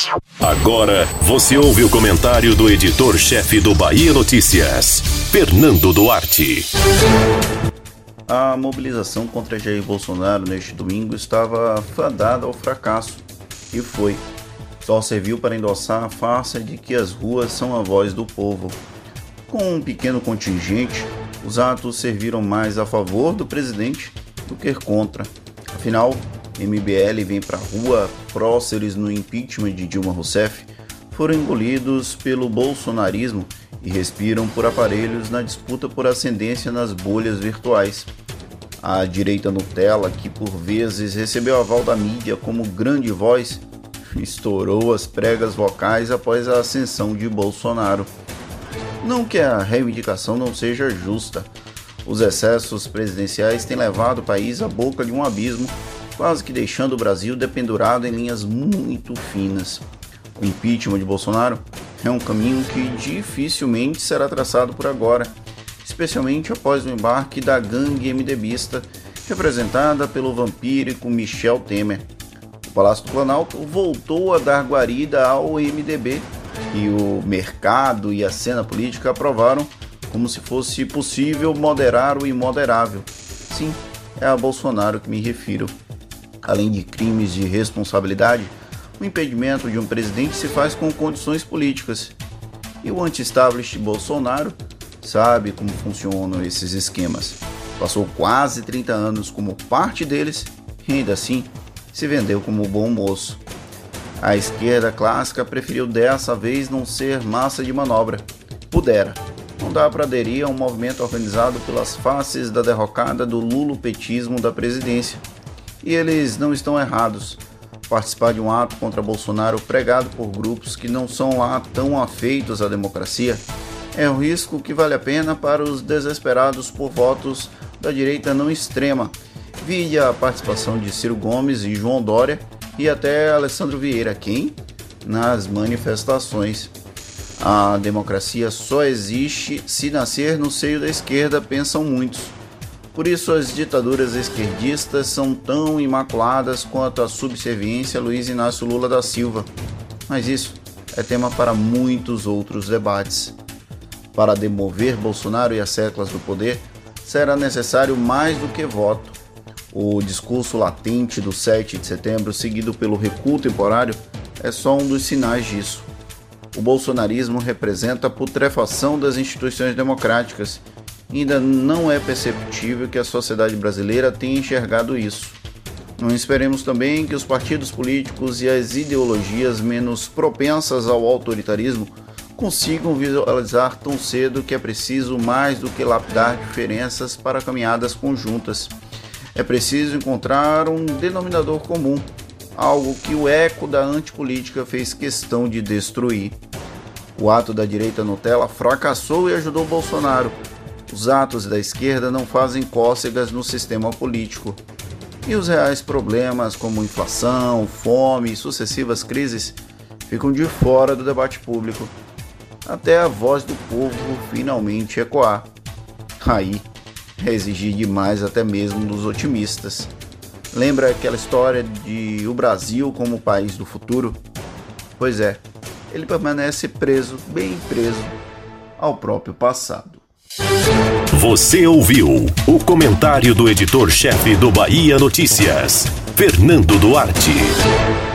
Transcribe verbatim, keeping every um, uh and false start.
Agora você ouve o comentário do editor-chefe do Bahia Notícias, Fernando Duarte. A mobilização contra Jair Bolsonaro neste domingo estava fadada ao fracasso, e foi. Só serviu para endossar a farsa de que as ruas são a voz do povo. Com um pequeno contingente, os atos serviram mais a favor do presidente do que contra. Afinal, M B L vem para a rua, próceres no impeachment de Dilma Rousseff foram engolidos pelo bolsonarismo e respiram por aparelhos na disputa por ascendência nas bolhas virtuais. A direita Nutella, que por vezes recebeu aval da mídia como grande voz, estourou as pregas vocais após a ascensão de Bolsonaro. Não que a reivindicação não seja justa. Os excessos presidenciais têm levado o país à boca de um abismo, quase que deixando o Brasil dependurado em linhas muito finas. O impeachment de Bolsonaro é um caminho que dificilmente será traçado por agora, especialmente após o embarque da gangue MDBista, representada pelo vampírico Michel Temer. O Palácio do Planalto voltou a dar guarida ao M D B, e o mercado e a cena política aprovaram como se fosse possível moderar o imoderável. Sim, é a Bolsonaro que me refiro. Além de crimes de responsabilidade, o impedimento de um presidente se faz com condições políticas. E o anti-establishment Bolsonaro sabe como funcionam esses esquemas. Passou quase trinta anos como parte deles e ainda assim se vendeu como bom moço. A esquerda clássica preferiu dessa vez não ser massa de manobra. Pudera. Não dá para aderir a um movimento organizado pelas faces da derrocada do lulopetismo da presidência. E eles não estão errados. Participar de um ato contra Bolsonaro pregado por grupos que não são lá tão afeitos à democracia é um risco que vale a pena para os desesperados por votos da direita não extrema. Vide a participação de Ciro Gomes e João Dória e até Alessandro Vieira, quem? Nas manifestações. A democracia só existe se nascer no seio da esquerda, pensam muitos. Por isso as ditaduras esquerdistas são tão imaculadas quanto a subserviência a Luiz Inácio Lula da Silva. Mas isso é tema para muitos outros debates. Para demover Bolsonaro e as séculas do poder, será necessário mais do que voto. O discurso latente do sete de setembro, seguido pelo recuo temporário, é só um dos sinais disso. O bolsonarismo representa a putrefação das instituições democráticas. Ainda não é perceptível que a sociedade brasileira tenha enxergado isso. Não esperemos também que os partidos políticos e as ideologias menos propensas ao autoritarismo consigam visualizar tão cedo que é preciso mais do que lapidar diferenças para caminhadas conjuntas. É preciso encontrar um denominador comum, algo que o eco da antipolítica fez questão de destruir. O ato da direita Nutella fracassou e ajudou Bolsonaro. Os atos da esquerda não fazem cócegas no sistema político. E os reais problemas como inflação, fome e sucessivas crises ficam de fora do debate público, até a voz do povo finalmente ecoar. Aí é exigir demais até mesmo dos otimistas. Lembra aquela história de o Brasil como o país do futuro? Pois é, ele permanece preso, bem preso, ao próprio passado. Você ouviu o comentário do editor-chefe do Bahia Notícias, Fernando Duarte.